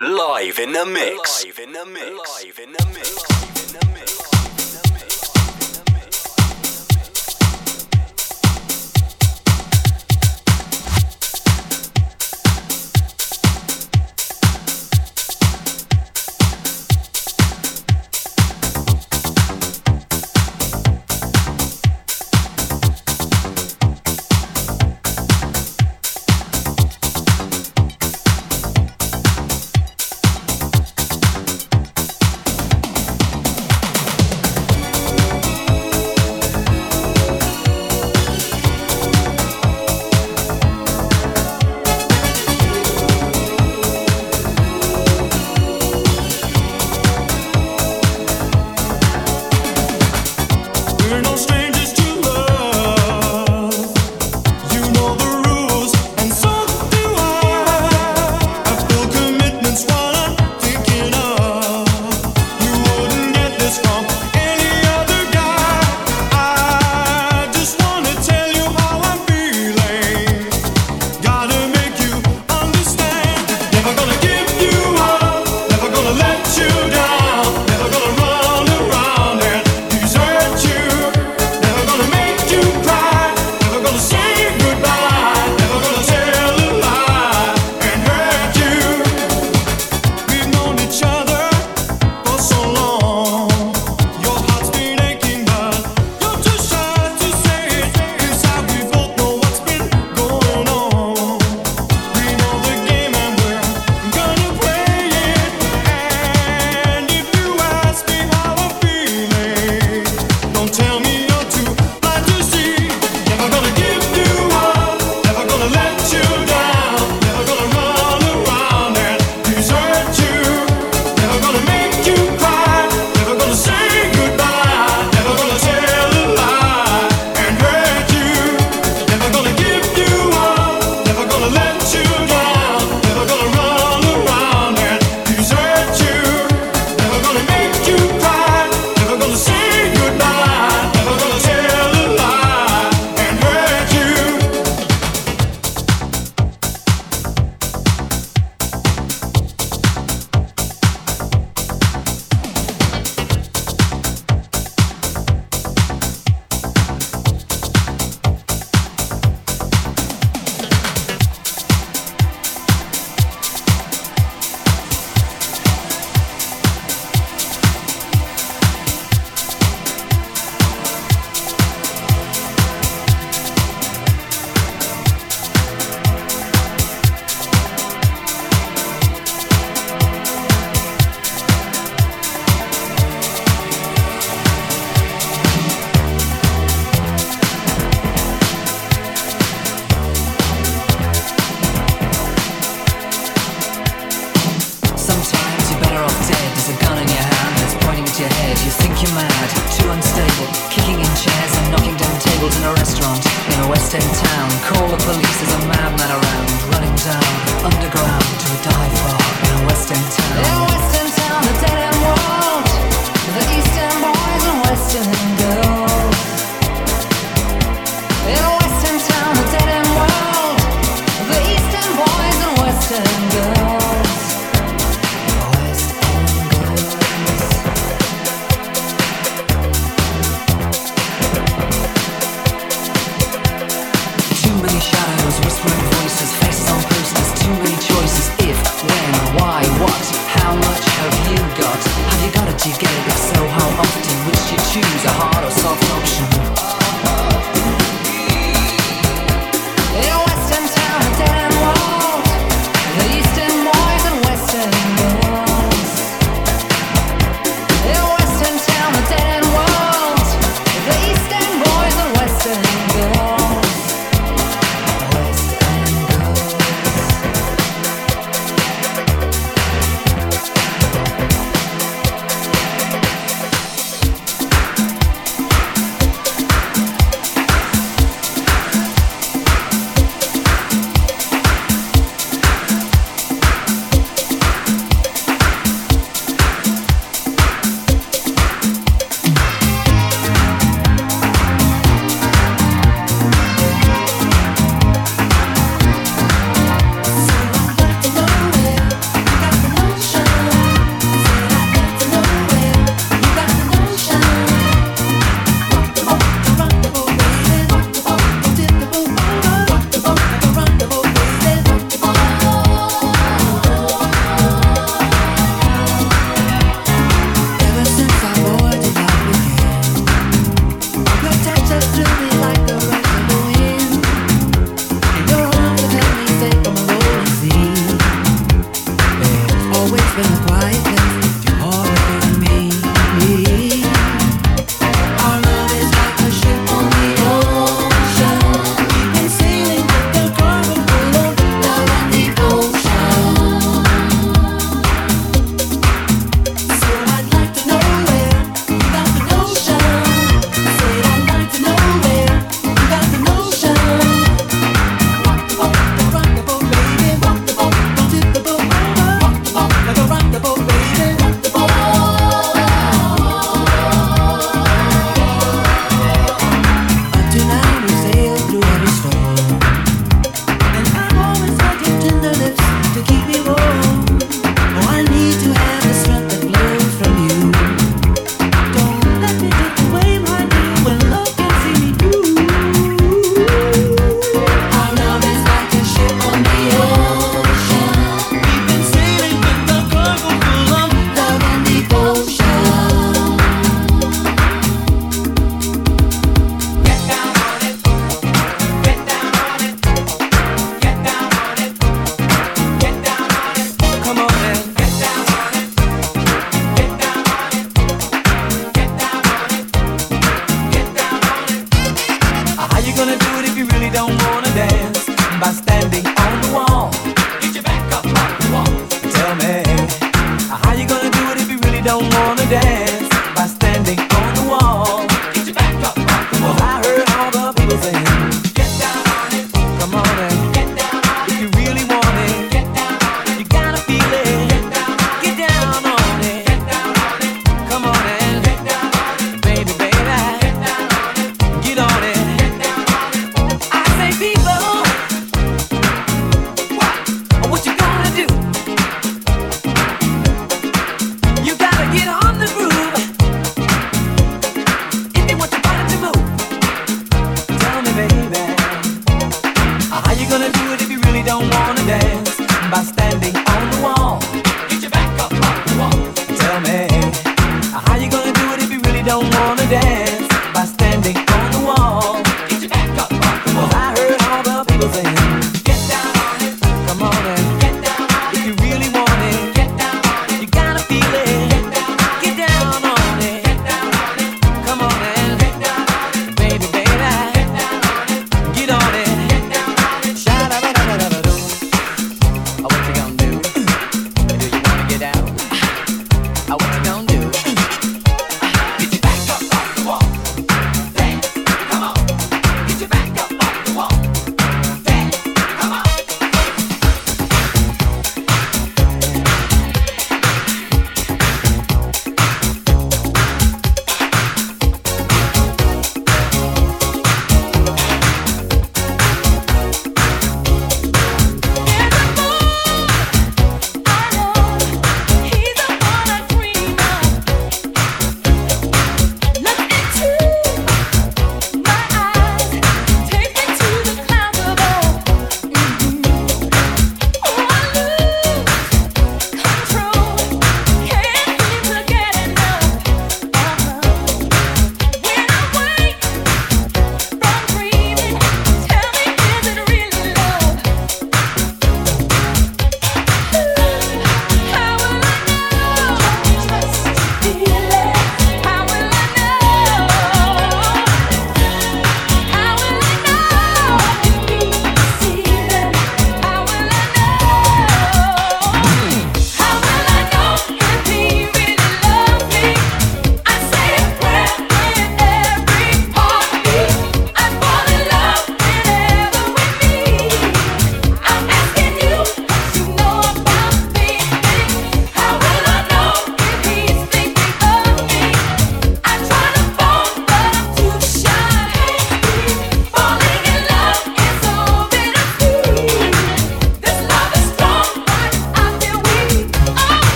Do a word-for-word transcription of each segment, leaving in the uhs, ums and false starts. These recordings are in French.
Live in the mix. Live in the mix. Live in the mix. In the mix. Western town, a dead end world. The eastern boys and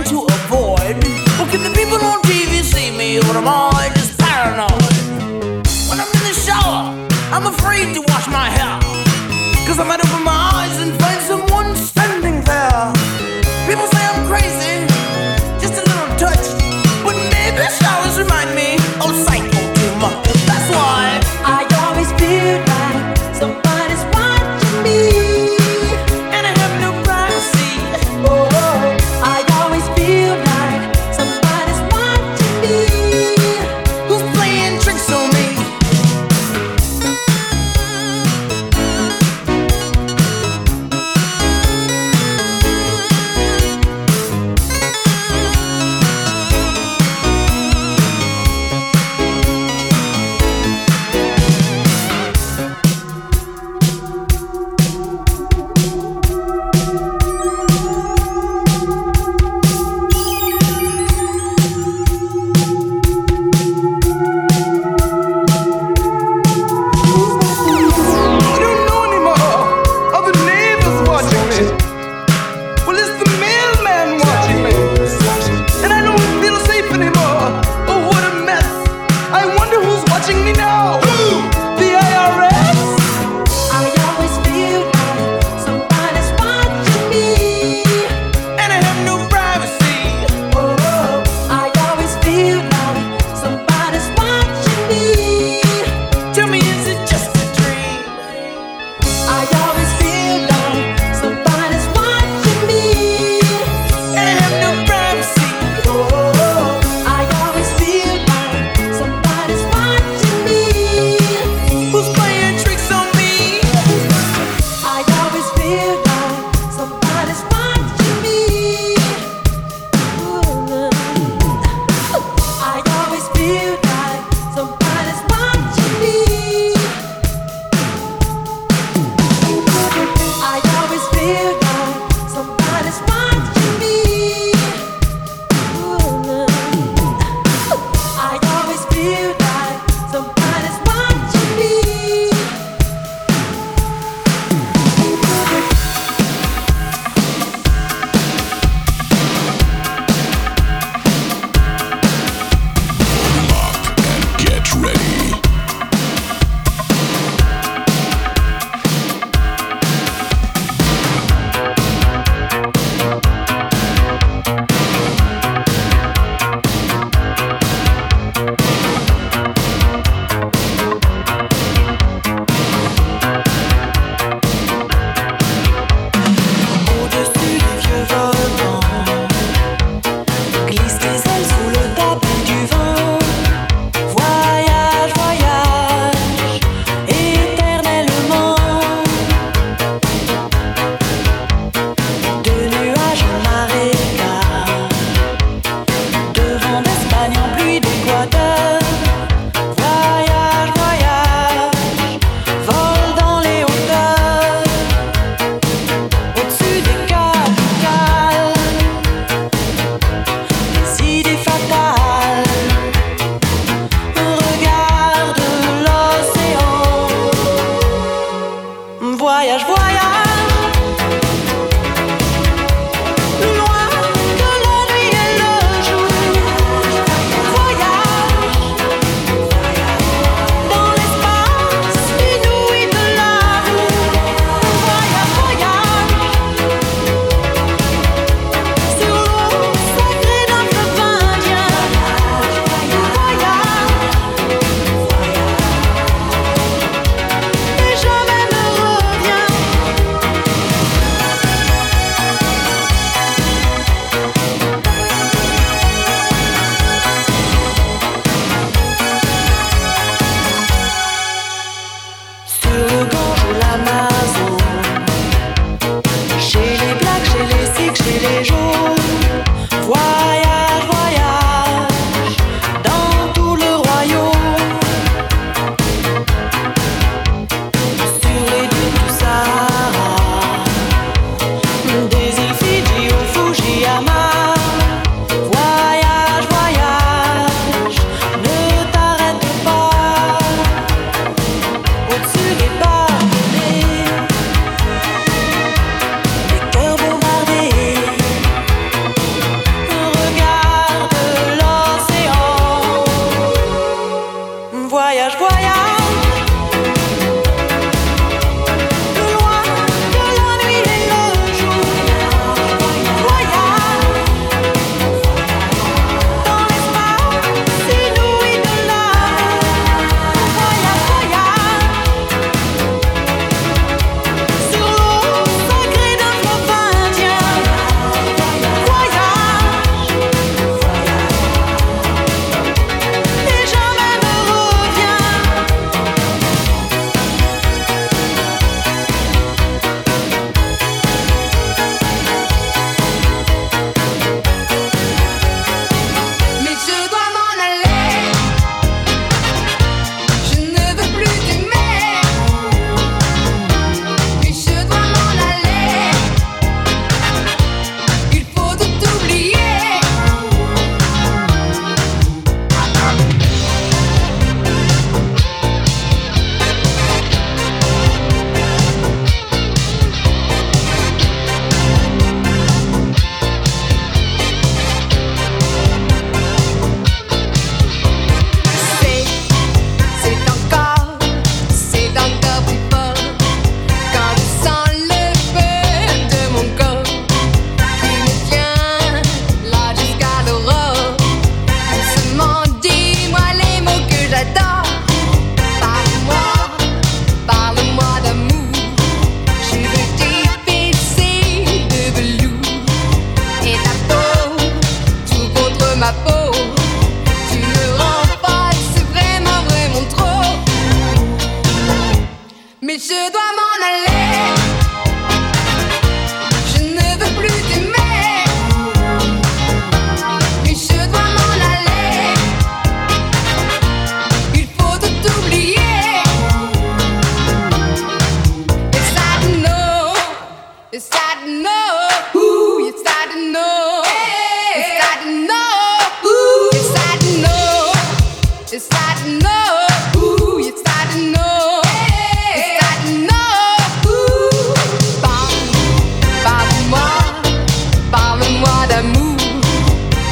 to avoid? Well, can the people on T V see me, or am I just paranoid? When I'm in the shower, I'm afraid to wash my hair, cause I might open my eyes and find someone standing there. People say I'm crazy, just a little touch, but maybe showers remind me of psycho too much. That's why I always feel like somebody's watching me, and I have no privacy. oh, I always feel like somebody's watching me. Who's playing tricks on me?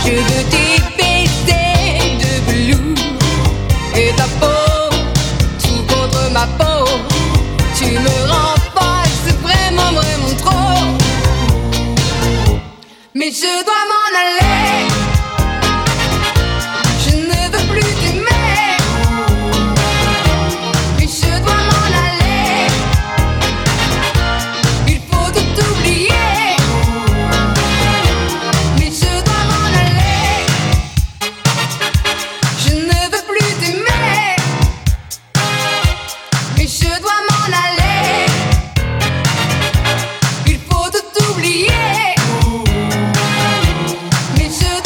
Je veux tes baisers de velours et ta peau, tout contre ma peau. Tu me rends folle, c'est vraiment, vraiment trop. Mais je dois m'en aller. Je ne veux plus t'aimer. Mais je dois m'en aller. Il faut tout oublier. Mais je dois m'en aller. Je ne veux plus t'aimer. Mais je dois m'en aller. Il faut tout oublier. Mais je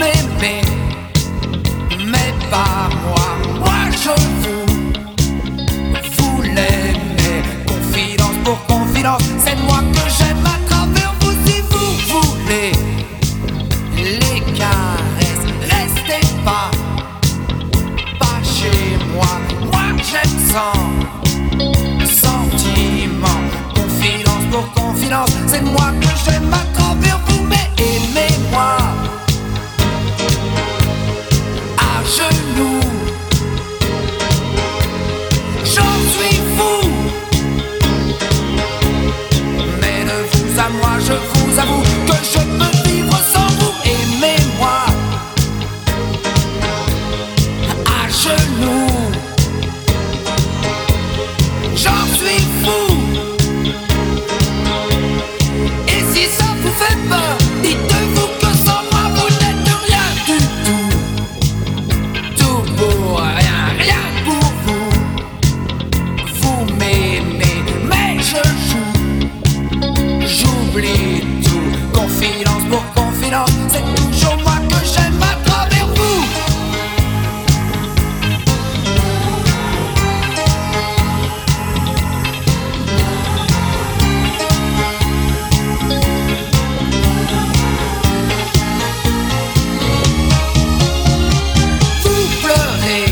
m'aimez, mais pas moi. Moi je vous, vous l'aimez. Confidence pour confidence, c'est moi que j'aime à travers vous. Si vous voulez les caresses, restez pas, pas chez moi. Moi j'aime sans sentiment. Confidence pour confidence, c'est moi que j'aime à travers vous. Mais aimez-moi à genoux, j'en suis fou. Mais de vous à moi, je vous avoue que je peux vivre sans vous. Aimez-moi à genoux, j'en suis fou. Et si ça vous fait peur, dites-vous que sans moi vous n'êtes rien du tout. Tout pour rien, rien pour vous. Vous m'aimez, mais je joue, j'oublie tout. Confidence pour confidence, c'est toujours moi que j'aime à travers vous. Vous pleurez,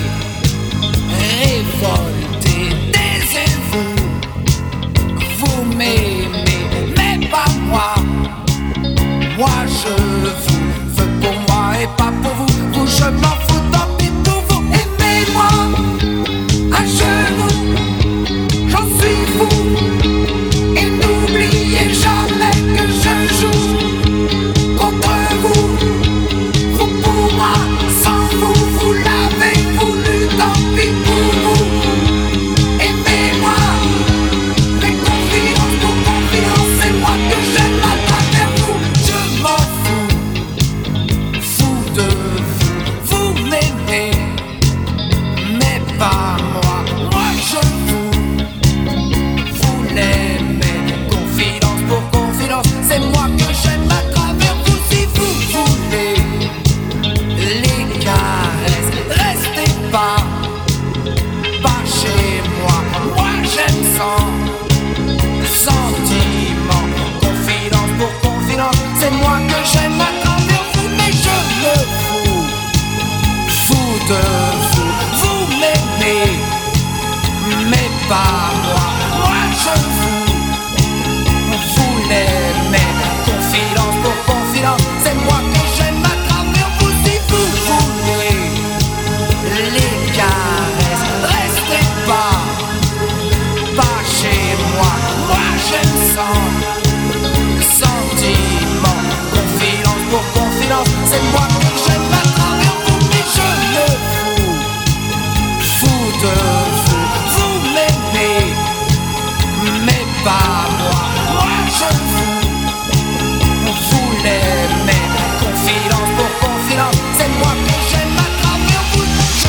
révoltez, taisez-vous. Vous m'aimez, mais pas moi. Moi je vous veux pour moi et pas pour vous. Vous je m'en fous, tant pis pour vous. Aimez-moi à genoux, j'en suis fou. Et n'oubliez jamais que je joue contre vous. Vous pour moi, sans vous, vous l'avez voulu, tant pis pour vous. Aimez-moi, mais confidence pour confidence, c'est moi que j'aime à travers vous. Je m'en fous, fou de vous. Vous m'aimez, mais pas moi. Moi je vous, vous l'aimez. Confidence pour confidence, c'est moi que j'aime à travers vous. Si vous voulez les caresses, restez pas, pas chez moi. Moi j'aime sans sentiment. Confidence pour confidence, c'est moi que j'aime à travers vous. Mais je me fous, fou de vous. Vous m'aimez, mais pas moi. Moi je vous, vous l'aimez. Confidence pour confidence, c'est moi que j'aime à travers vous. Si vous voulez les caresses, restez pas, pas chez moi. Moi j'aime sans sentiment. Confidence pour confidence, c'est moi que j'aime à travers vous. Mais je me fous, fou de vous. Vous m'aimez, mais pas moi. Moi je vous, vous l'aimez. Confidence pour confidence, c'est moi que j'aime à travers vous.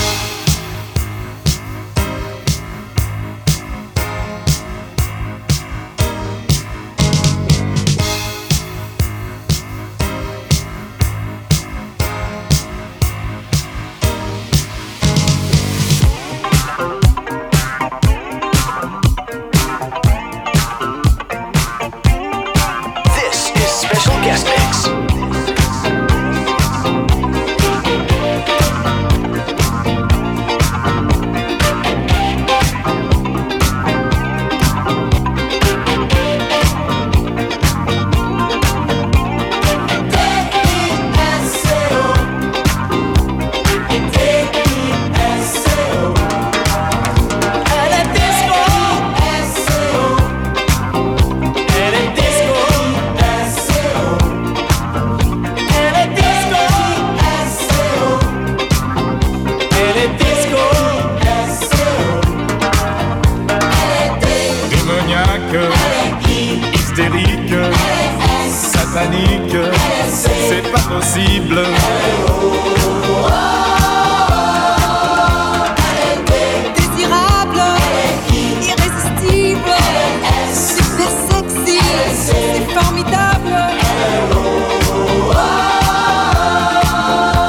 This is Special Guest Mix. C'est pas possible. Désirable, irrésistible, super sexy, c'est formidable.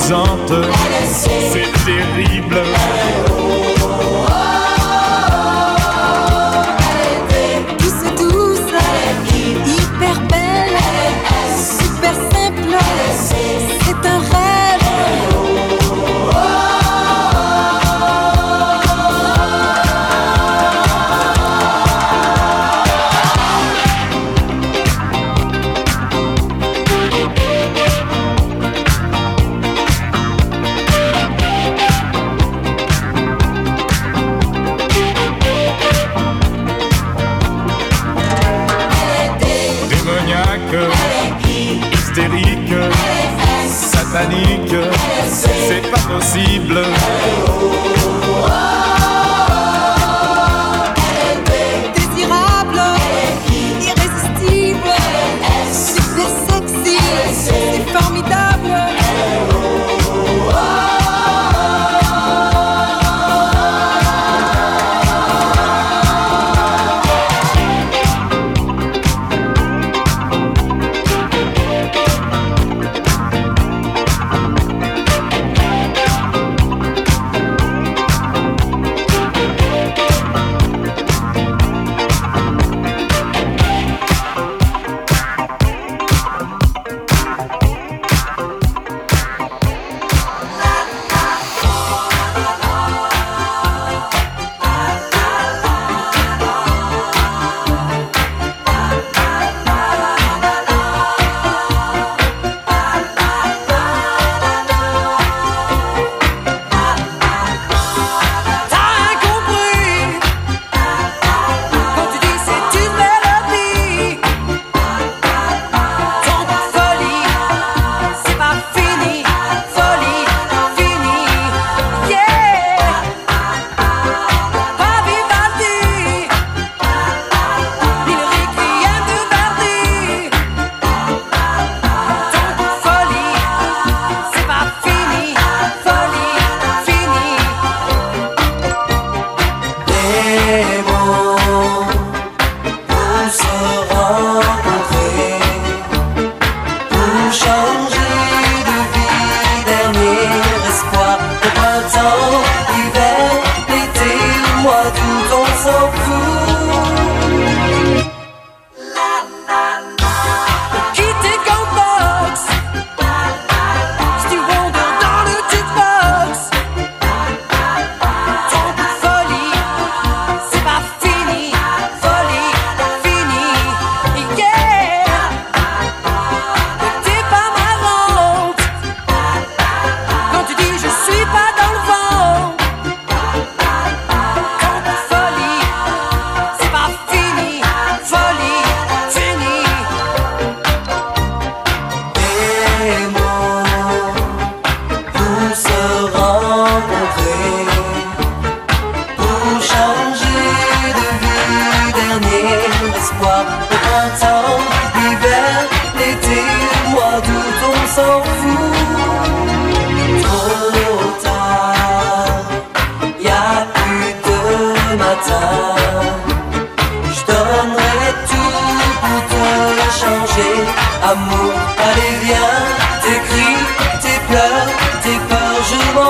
séduisante, c'est terrible. Douce, douce, hyper belle, super simple, c'est un rêve. Hystérique, satanique, c'est pas possible. Désirable, irrésistible, super sexy, c'est formidable. Amour, allez viens, tes cris, tes pleurs, tes peurs, je m'en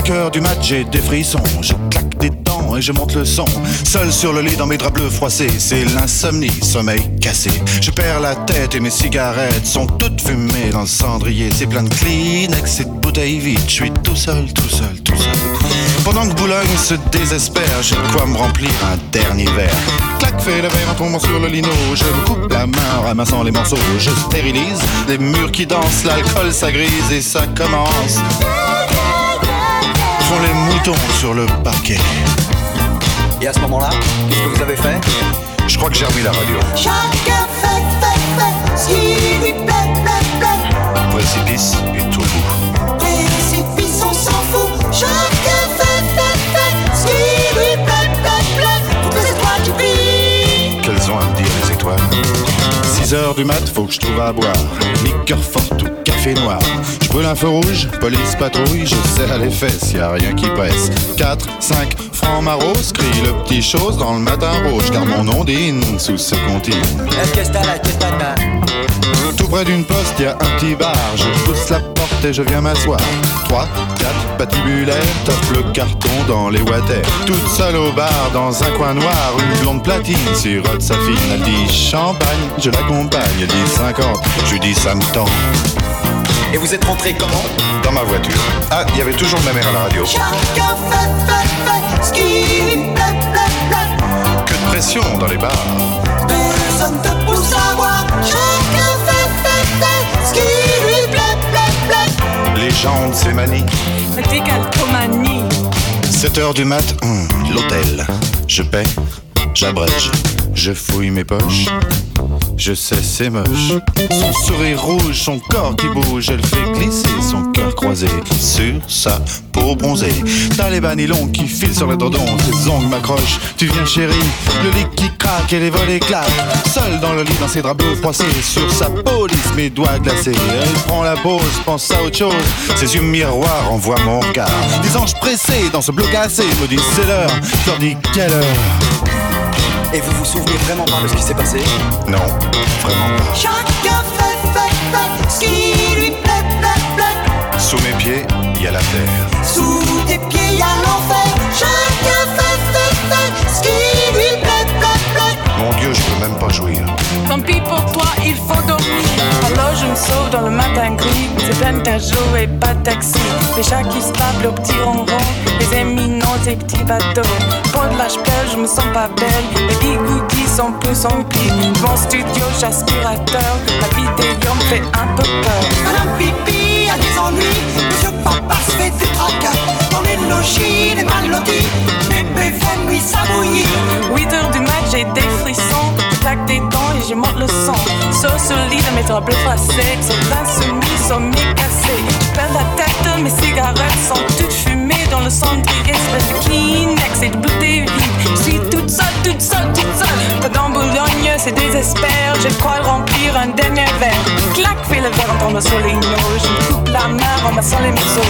cinq heures du mat, j'ai des frissons. Je claque des dents et je monte le son. Seul sur le lit dans mes draps bleus froissés, c'est l'insomnie, sommeil cassé. Je perds la tête et mes cigarettes sont toutes fumées dans le cendrier. C'est plein de Kleenex et de bouteilles vides. Je suis tout seul, tout seul, tout seul. Pendant que Boulogne se désespère, j'ai de quoi me remplir un dernier verre. Clac, fais le verre en tombant sur le lino. Je me coupe la main en ramassant les morceaux. Je stérilise les murs qui dansent, l'alcool ça grise et ça commence. Font les moutons sur le parquet. Et à ce moment-là, qu'est-ce que vous avez fait? Je crois que j'ai remis la radio. Chacun fait, fait, fait ce qui lui plaît, plaît, plaît. Précipice et tout bout. Précipice, on s'en fout. Chacun fait, fait, fait ce qui lui plaît, plaît, plaît. Toutes les étoiles qui brillent. Qu'elles ont à me dire les étoiles? six heures du mat, faut que je trouve à boire. Liqueur forte ou café noir. Je brûle un feu rouge, police patrouille. Je serre les fesses, y a rien qui presse. quatre, cinq francs maros, crie le petit chose dans le matin rouge. Car mon ondine sous ce comptine. Tout près d'une poste, y a un petit bar. Je pousse la porte et je viens m'asseoir. trois, quatre patibulaires, top le carton dans les water. Toute seule au bar, dans un coin noir, une blonde platine sirote sa fine. Elle dit champagne, je l'accompagne. Elle dit cinquante, je lui dis ça me tend. Et vous êtes rentré comment? Dans ma voiture. Ah, il y avait toujours ma mère à la radio. Chacun fait, fait, fait ce qui lui plaît, plaît, plaît. Que de pression dans les bars. Personne te pousse à boire. Chacun fait, fait, fait ce qui lui plaît, plaît, plaît. Les gens ont de ces manies. La décalcomanie. sept heures du mat, hum, l'hôtel. Je paie, j'abrège, je fouille mes poches. Je sais, c'est moche. Son sourire rouge, son corps qui bouge, elle fait glisser son cœur croisé sur sa peau bronzée. T'as les banylons qui filent sur les dodons, ses ongles m'accrochent. Tu viens chérie, le lit qui craque et les volets claquent. Seule dans le lit, dans ses draps bleus froissés, sur sa peau lisse, mes doigts glacés. Elle prend la pause, pense à autre chose. Ses yeux miroirs envoient mon regard. Des anges pressés dans ce bleu cassé me disent c'est l'heure. Je leur dis quelle heure. Et vous vous souvenez vraiment pas de ce qui s'est passé? Non, vraiment pas. Chacun fait, fait, fait ce qui lui plaît, plaît, plaît. Sous mes pieds, il y a la terre. Sous tes pieds, y a l'enfer. Chacun fait, fait, fait ce qui lui plaît, plaît, plaît. Mon Dieu, je peux même pas jouir. Tant pis pour toi, il faut dormir. Alors je me sauve dans le matin gris. C'est plein de jour et pas de taxi. Les chats qui se tapent le petit ronron. Les éminents et petits bateaux. Pour de l'âge pelle, je me sens pas belle. Les bigoudis sont plus remplis. Mon studio, j'aspirateur. La vidéo me fait un peu peur. Madame Pipi a des ennuis. Monsieur Papa se fait des tracas. Dans les logis, les mal lotis. Bébé fait nuit s'abouillir. huit heures du mat, j'ai des frissons. Je claque des dents et je monte le son. Sur ce lit de mes draps bleus froissés. C'est l'insomnie, sommeil cassé. Je perds la tête, mes cigarettes sont toutes fumées dans le cendrier. C'est de Kleenex et de bouteilles vides. Je suis toute seule, toute seule, toute seule. Dans Boulogne, c'est désespère. Je crois remplir un dernier verre. Clac, fais le verre en tombant sur les noix. Je me coupe la main en ramassant les morceaux.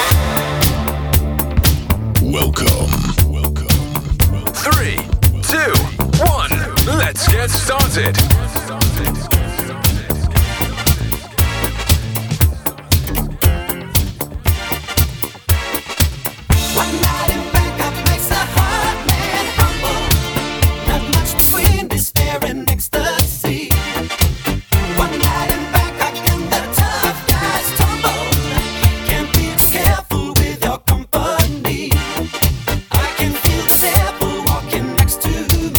Welcome. Welcome. Three, two, one, let's get started. One night in Bangkok makes a heart man humble. Not much between despair and ecstasy. One night in Bangkok and the tough guys tumble. Can't be careful with your company. I can feel the devil walking next to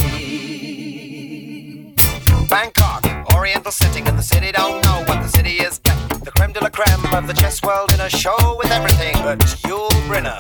me. Bangkok, Oriental setting, and the city don't know what the city is get. The creme de la creme of the chess world in a show with everything but Yul Brynner.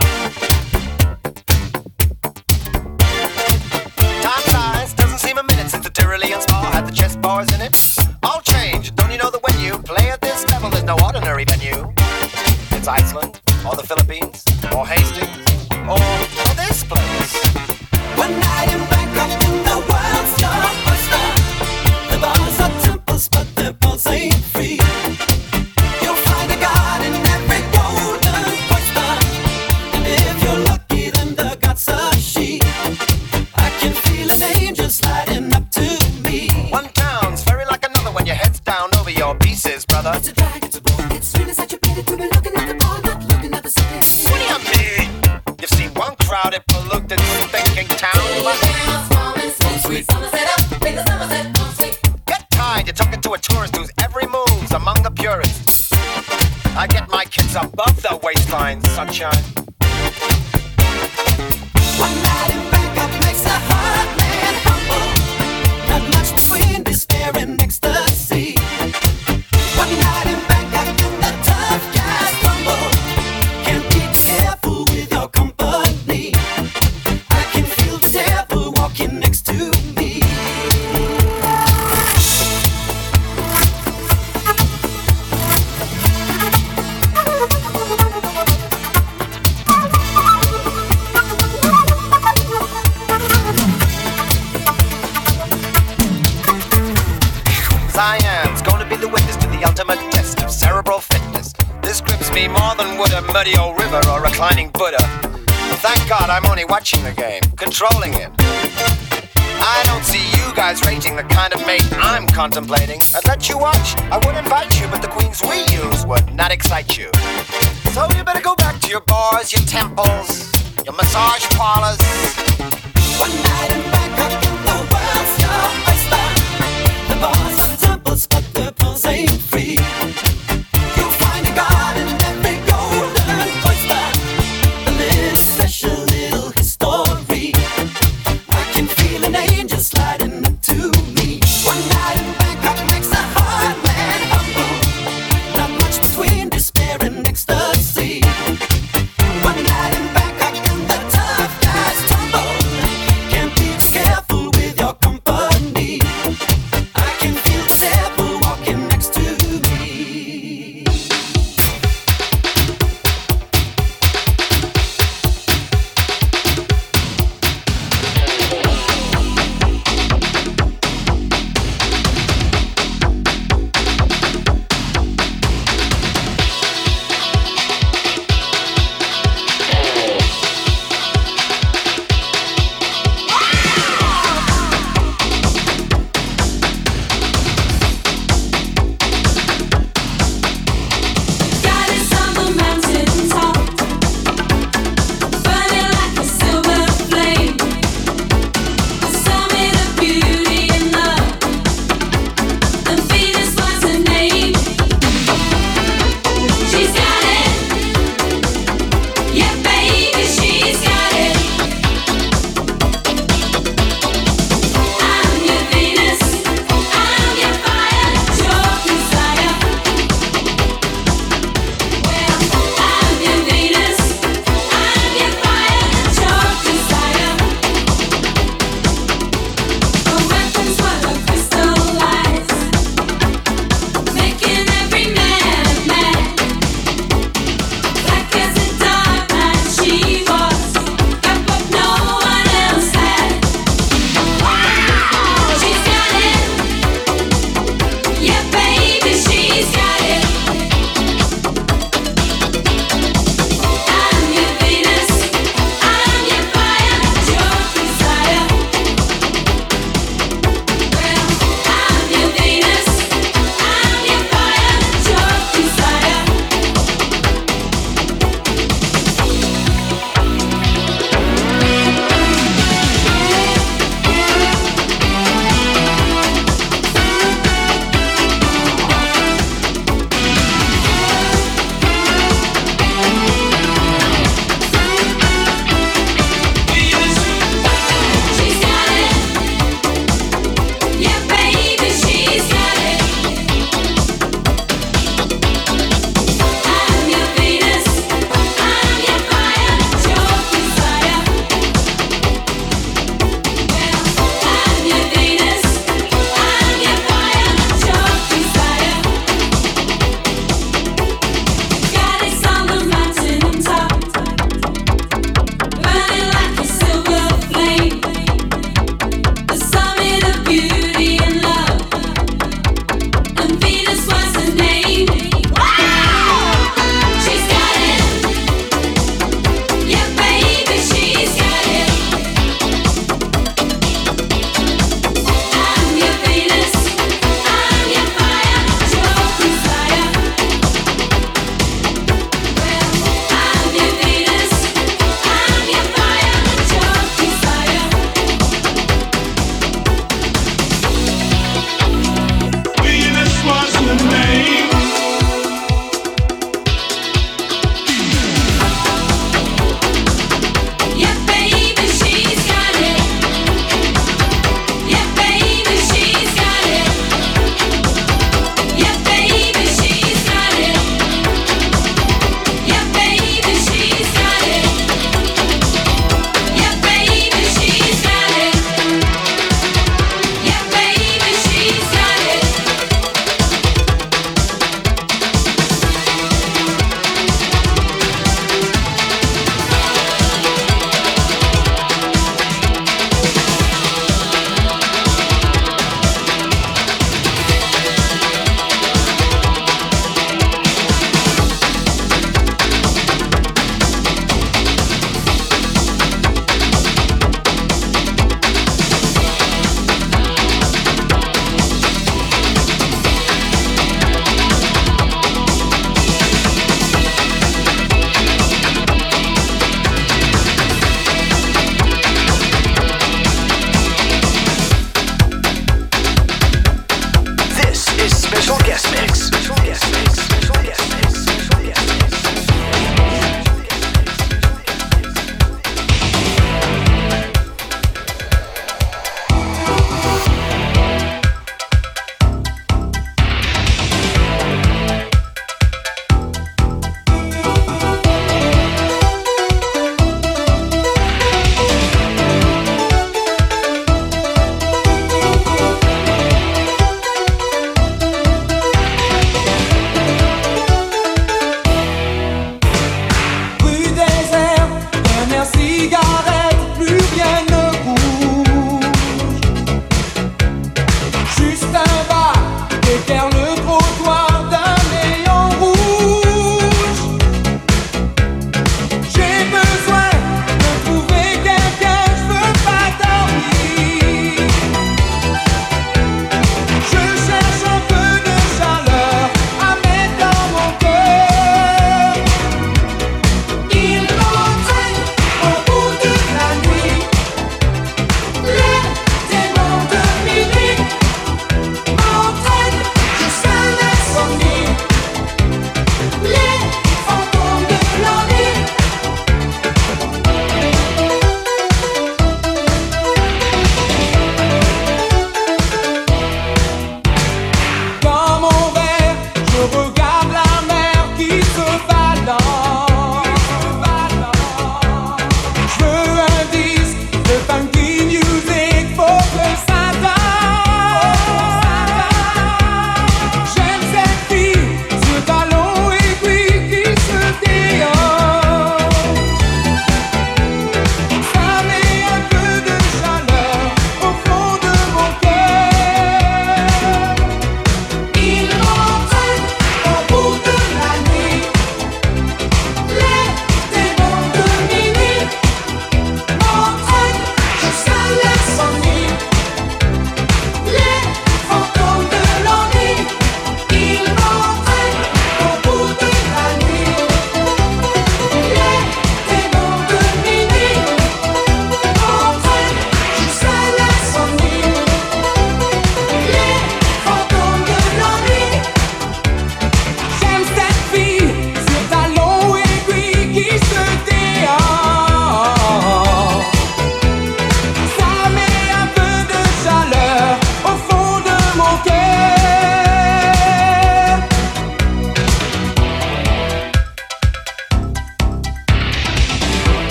Time flies, doesn't seem a minute since the Tyrolean Spa had the chess bars in it. All change, don't you know that when you play at this level, there's no ordinary venue. It's Iceland, or the Philippines, or Hastings, or, or this place. One night in Bangkok and the world's your oyster. The bars are temples, but their balls ain't free. You'll find a god in every golden oyster. And if you're lucky, then the god's a she. I can feel an angel sliding up to me. One town's very like another when your head's down over your pieces, brother. It's a drag, it's a bore, it's really such a pity to be looking at the bar, not looking at the city. of me. You've seen one crowded, polluted, stinking town. Get tired, you're talking to a tourist whose every move's among the purists. I get my kids above the waistline, sunshine. One night in Bangkok makes a hard man humble. Not much between despair and ecstasy. One night in Bangkok and the tough guys tumble. Can't be too careful with your company. I can feel the devil walking next to me. Cyan's going to be the witness to the ultimate test of cerebral fitness. This grips me more than would a muddy old river or reclining Buddha. Thank God I'm only watching the game, controlling it. I don't see you guys rating the kind of mate I'm contemplating. I'd let you watch, I would invite you, but the queens we use would not excite you. So you better go back to your bars, your temples, your massage parlors. One night in Bangkok and the world's your oyster. The bars are temples, but the pearls ain't free. You'll find a god in every golden oyster. A little special little history. I can feel an angel sliding into me. One night in Bangkok makes a hard man humble. Not much between despair and ecstasy. One night in Bangkok and the tough guys tumble. Can't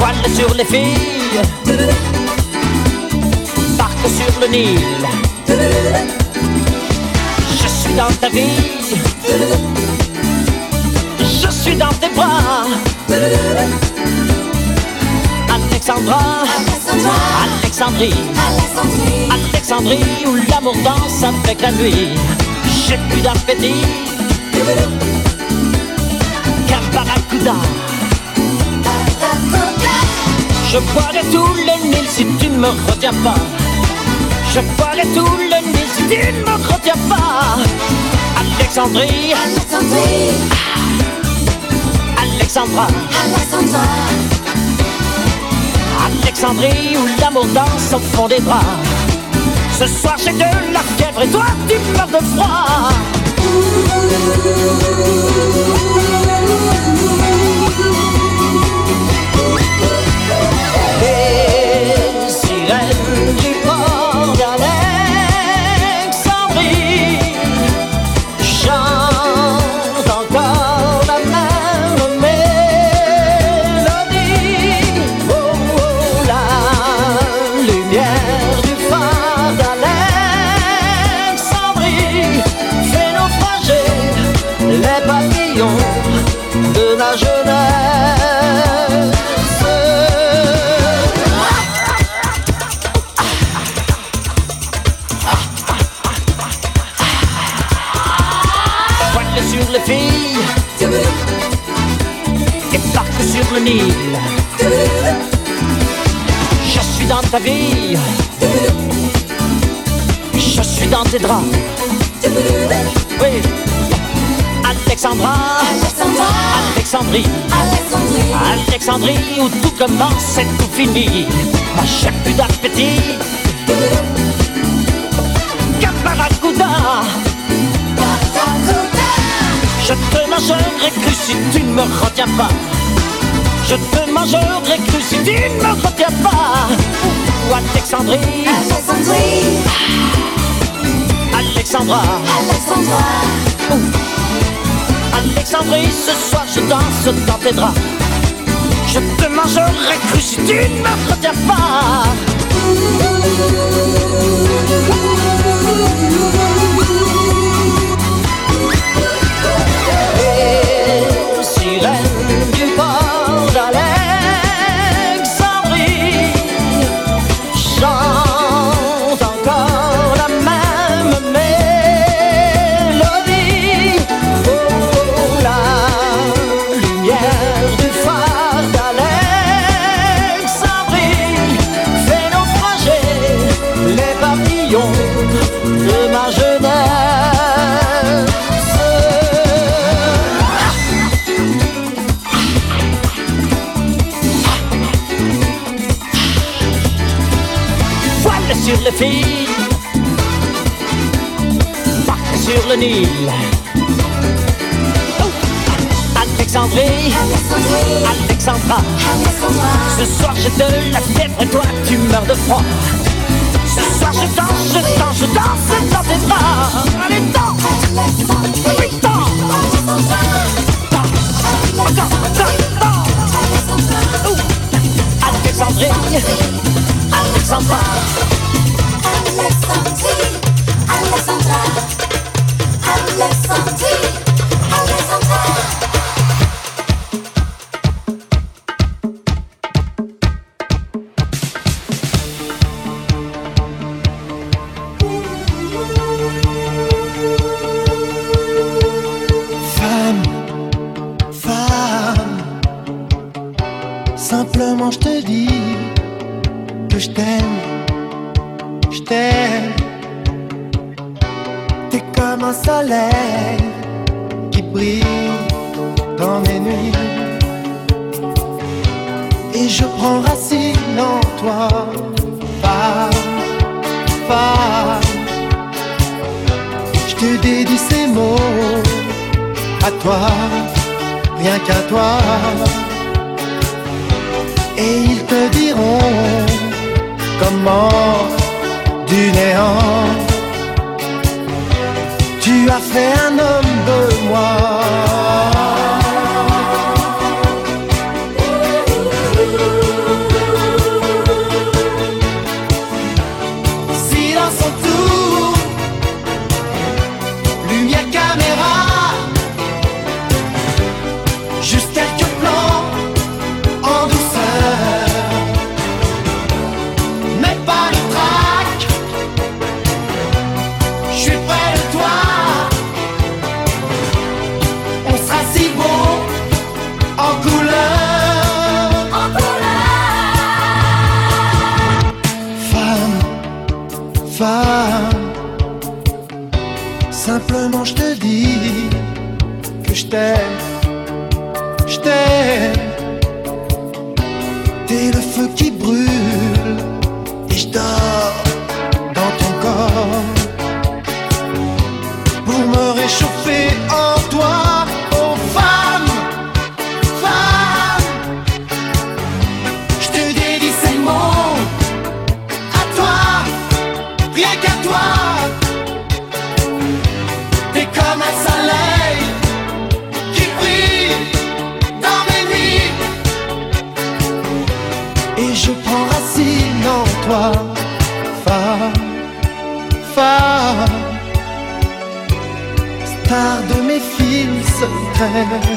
Voile sur les filles, barque sur le Nil. Je suis dans ta vie, je suis dans tes bras. Alexandra, Alexandrie, Alexandrie où l'amour danse avec la nuit. J'ai plus d'appétit qu'un barracuda. Je boirai tout le Nil si tu ne me retiens pas. Je boirai tout le Nil si tu ne me retiens pas. Alexandrie, Alexandrie, Alexandra, Alexandra, Alexandrie où l'amour danse au fond des bras. Ce soir j'ai de la fièvre et toi tu meurs de froid. Les sirènes du port d'Alexandrie chantent encore la même mélodie. Oh, oh, la lumière du phare d'Alexandrie fait naufrager les papillons de la jeunesse. Voile sur les filles et barque sur le Nil. Je suis dans ta vie, je suis dans tes draps. Oui, Alexandra, Alexandra, Alexandrie, Alexandrie, Alexandrie où tout commence et tout finit. Moi j'ai plus d'appétit qu'un barracuda. Je te mangerai cru si tu ne me retiens pas. Je te mangerai cru si tu ne me retiens pas. Ou Alexandrie, Alexandrie, Alexandra, Alexandra. Ouh. Alexandrie, ce soir je danse dans tes draps. Je te mangerai cru si tu ne me retiens pas. Les sirènes du port d'Alexandrie chantent encore la même mélodie. Oh, la lumière du phare d'Alexandrie fait naufrager les papillons de ma jeunesse. Voile sur les filles, barque sur le Nil. Alexandrie, Alexandra, ce soir j'ai de la fièvre et toi tu meurs de froid. Ce soir je danse, je danse, je danse dans tes bras. Allez, danse, oui, danse, danse, danse, danse, danse. Alexandrie, Alexandra, Alexandrie, Alexandra, Alexandrie, Alexandra. Simplement je te dis que je t'aime, je t'aime. T'es comme un soleil qui brille dans mes nuits. Et je prends racine en toi, femme, femme. Je te dédie ces mots à toi, rien qu'à toi. Et ils te diront comment du néant tu as fait un homme de moi. Simplement je te dis que je t'aime, je t'aime. T'es le feu qui brûle et je dors dans ton corps pour me réchauffer en toi. Oh femme, femme, je te dédie ces mots à toi, rien qu'à toi. T'es comme un soleil qui brille dans mes nuits et je prends racine en toi. Femme, femme, star de mes films secrets.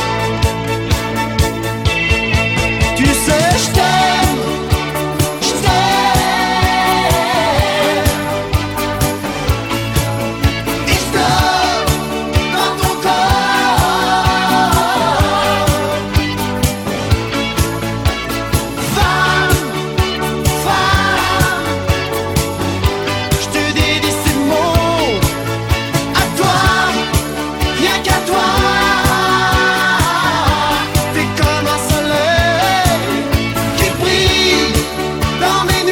Tu sais, je t'aime, je t'aime, et je dors dans ton corps. Femme, femme, je te dédie ces mots à toi, rien qu'à toi. T'es comme un soleil qui brille dans mes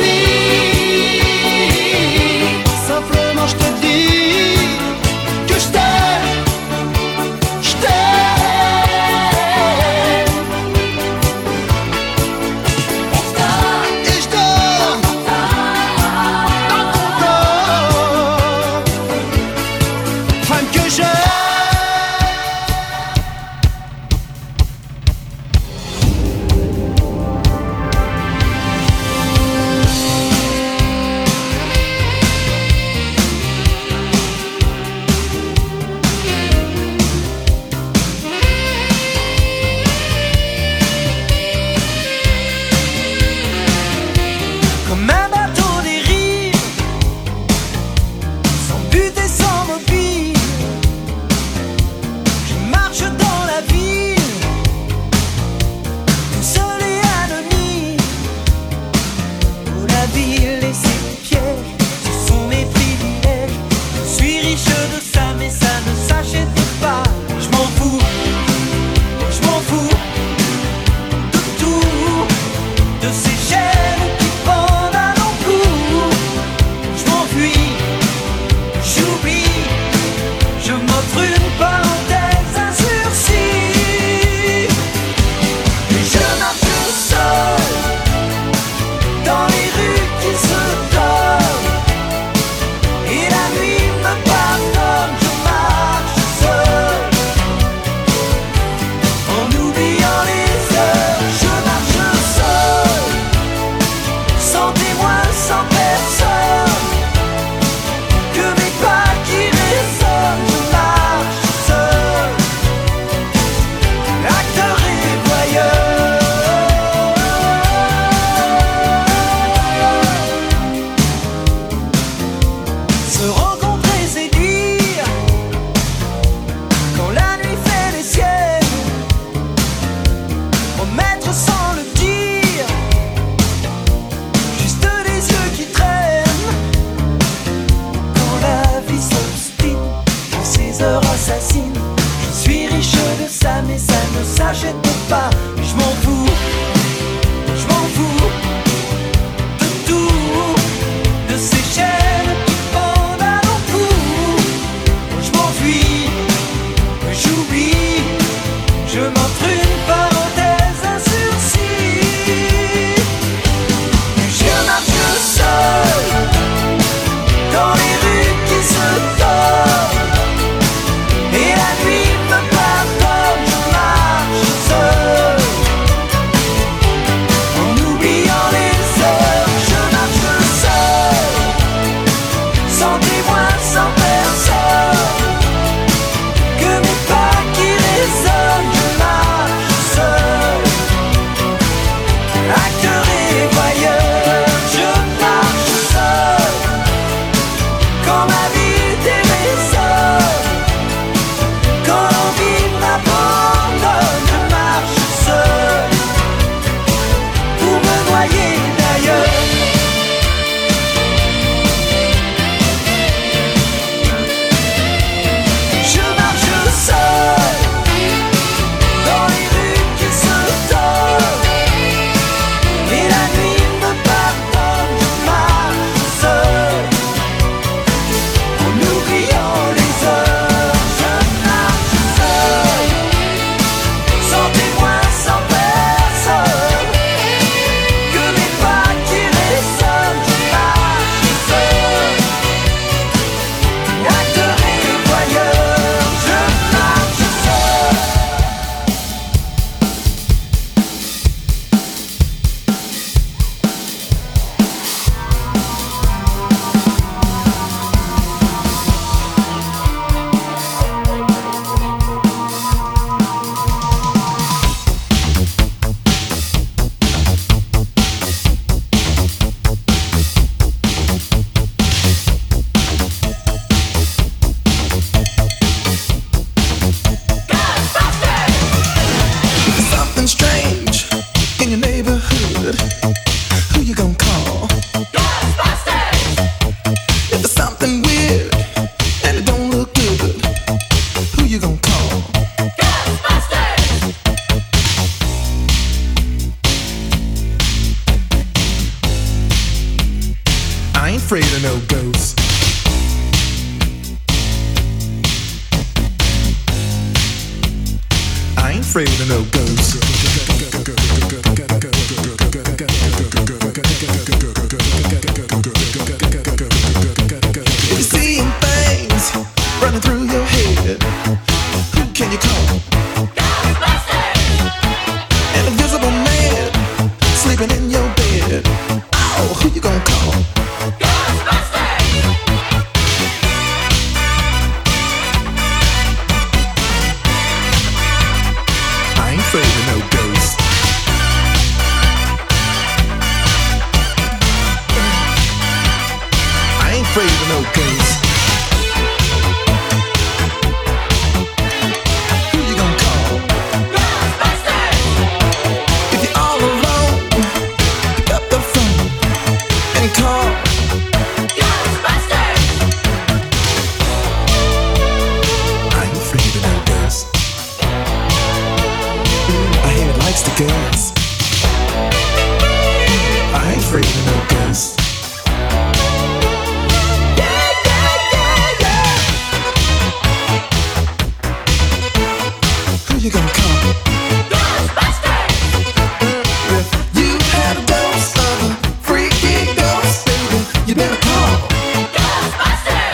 nuits. Simplement je te dis que je t'aime, je t'aime. Et je dors dans ton corps. Femme que j'aime. Comme un bateau dérive, sans but et sans mobile. Je marche dans la ville, seul et anonyme. Oh, la ville et ses pièges, ce sont mes privilèges. Je suis riche de ça, mais ça ne s'achète pas. Je m'en fous, je m'en fous de tout, de ces chaînes qui pendent à nos cou. Je m'enfuis, j'oublie, je m'offre une parenthèse, un sursis. Et je marche seul dans les rues qui se donnent. Et la nuit me pardonne, je marche seul en oubliant les heures. Je marche seul afraid of no ghosts. I ain't afraid of no ghosts. If you're seeing things running through your head, who can you call? Ghostbusters! An invisible man sleeping in your bed. Oh, who you gonna call? Ghostbusters! I ain't afraid of no ghosts. I ain't afraid of no ghosts. Who you gonna call? Ghostbusters! If you're all alone, pick up the phone and call Ghostbusters! I ain't afraid of no ghosts. I hear it likes the girls. I ain't afraid of no ghosts. Who you gonna call? Ghostbusters! If you had a dose of a freaky ghost, baby, you better call Ghostbusters!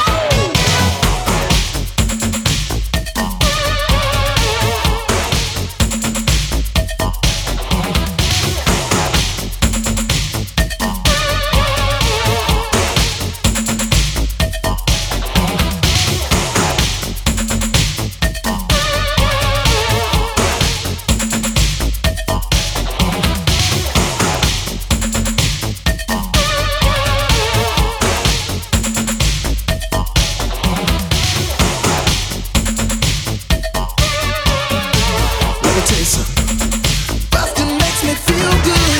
Let me tell you something. Bustin' makes me feel good.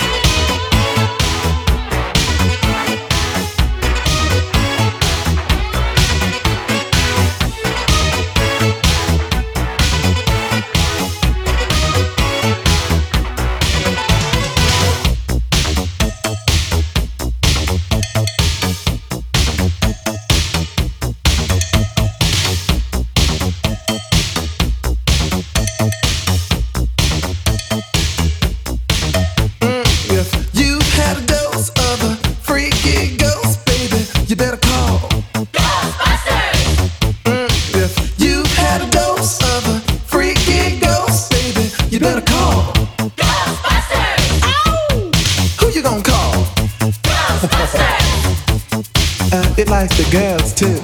If you've had a dose of a freaky ghost, baby, you better call Ghostbusters! If you've had a dose of a freaky ghost, baby, you better call Ghostbusters! Ow! Who you gonna call? Ghostbusters! uh, it likes the girls too.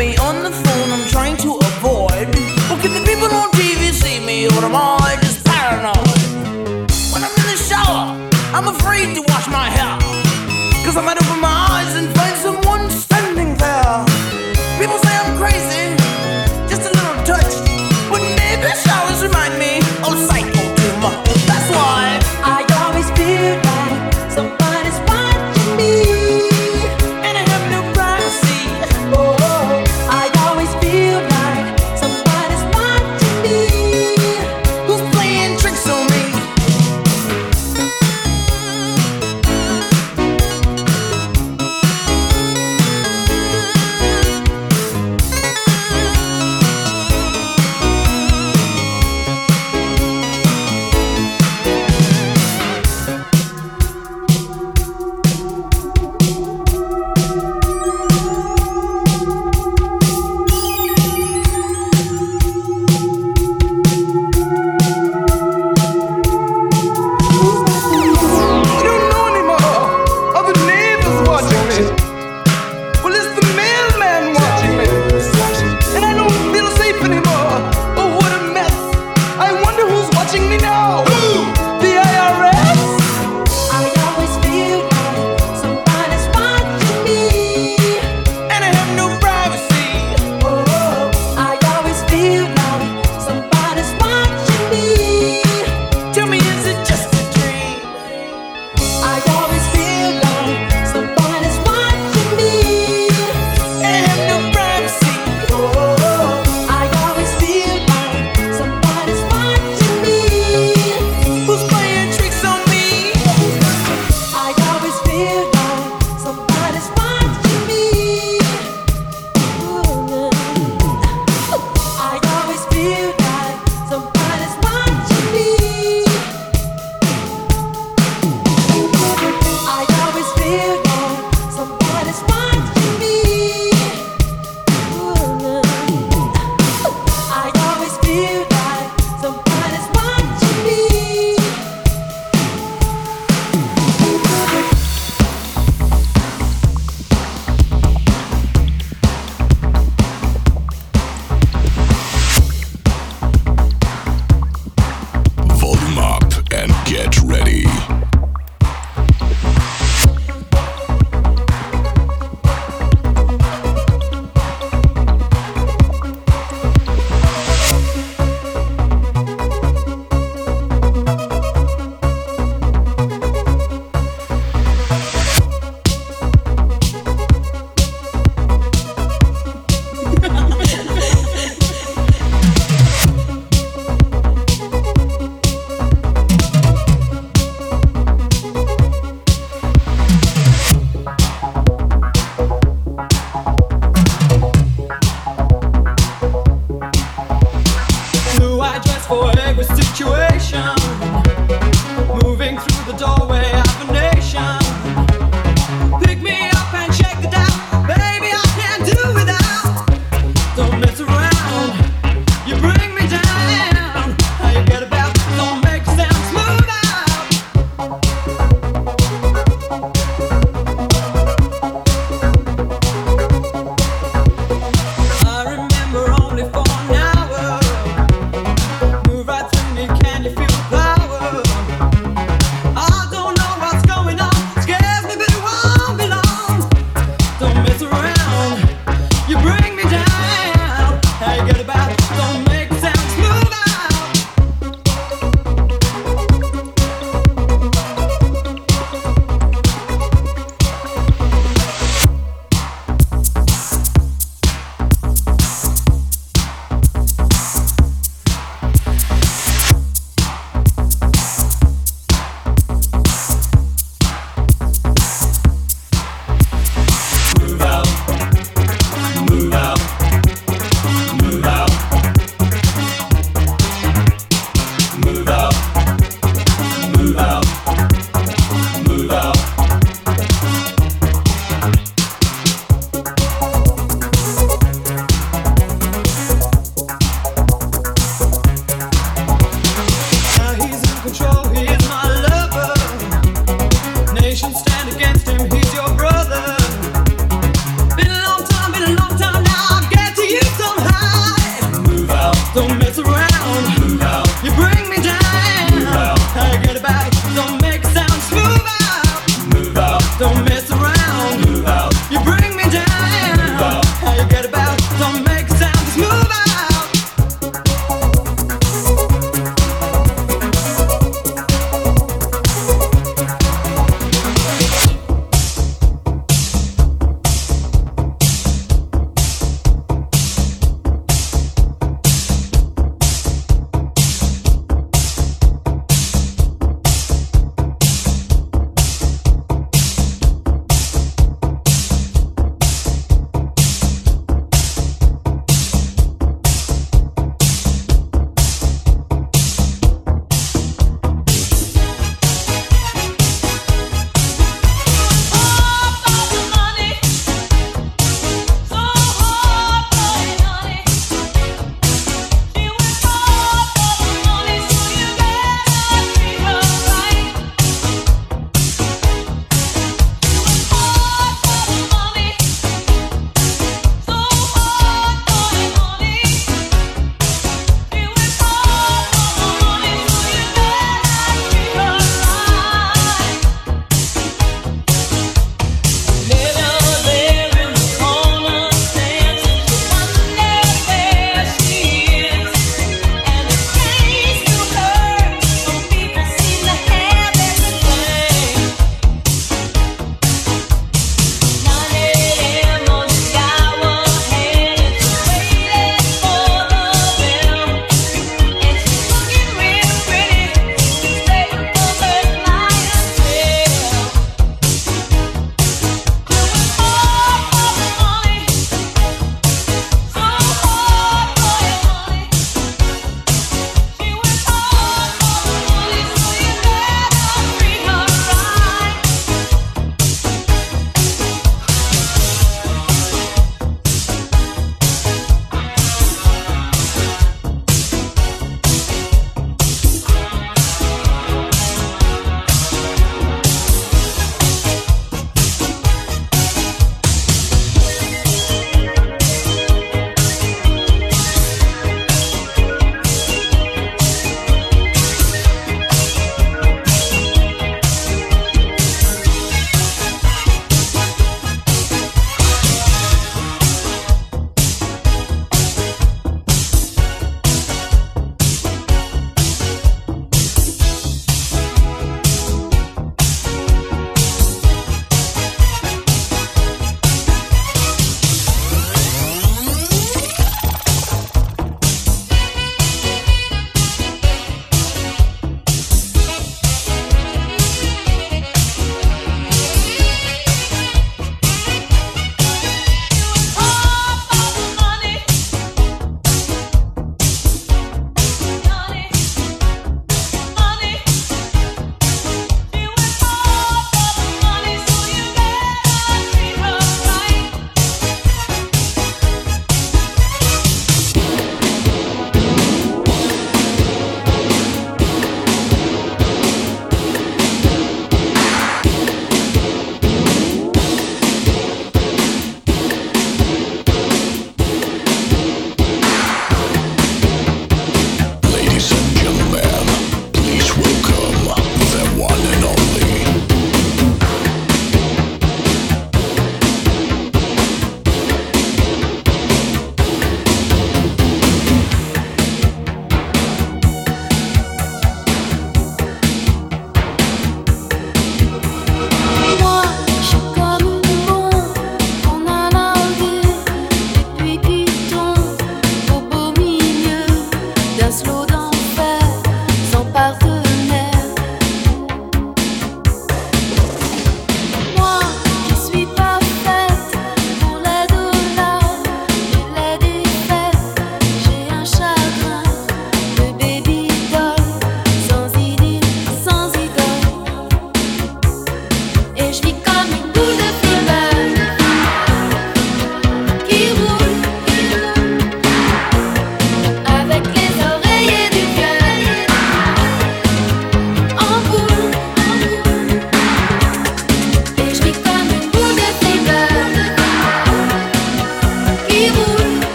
me on the phone, I'm trying to avoid. Or can the people on T V see me, or am I just paranoid? When I'm in the shower, I'm afraid to wash my hair, cause I might open my eyes and find someone standing there. People say I'm crazy, just a little touch, but maybe showers remind me of Psycho too much. That's why I always feel like somebody's watching me, and I have no privacy. Oh, I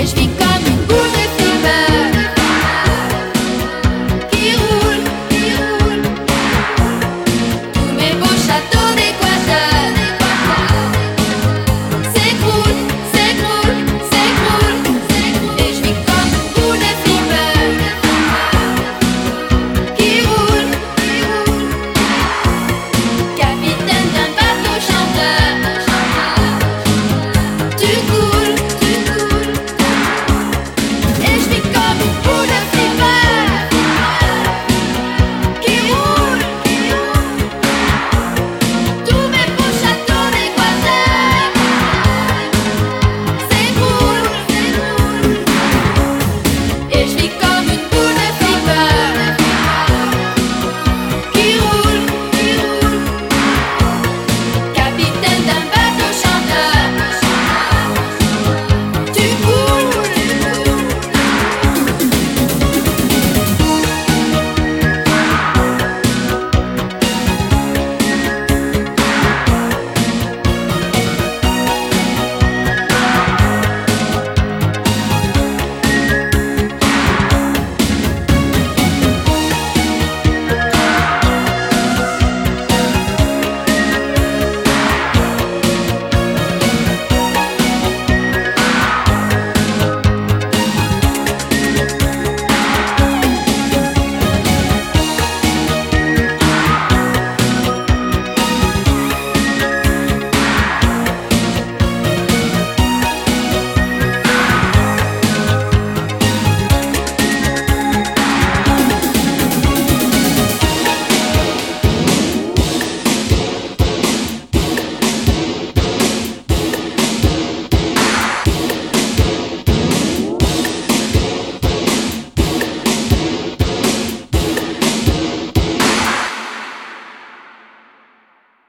et je vis comme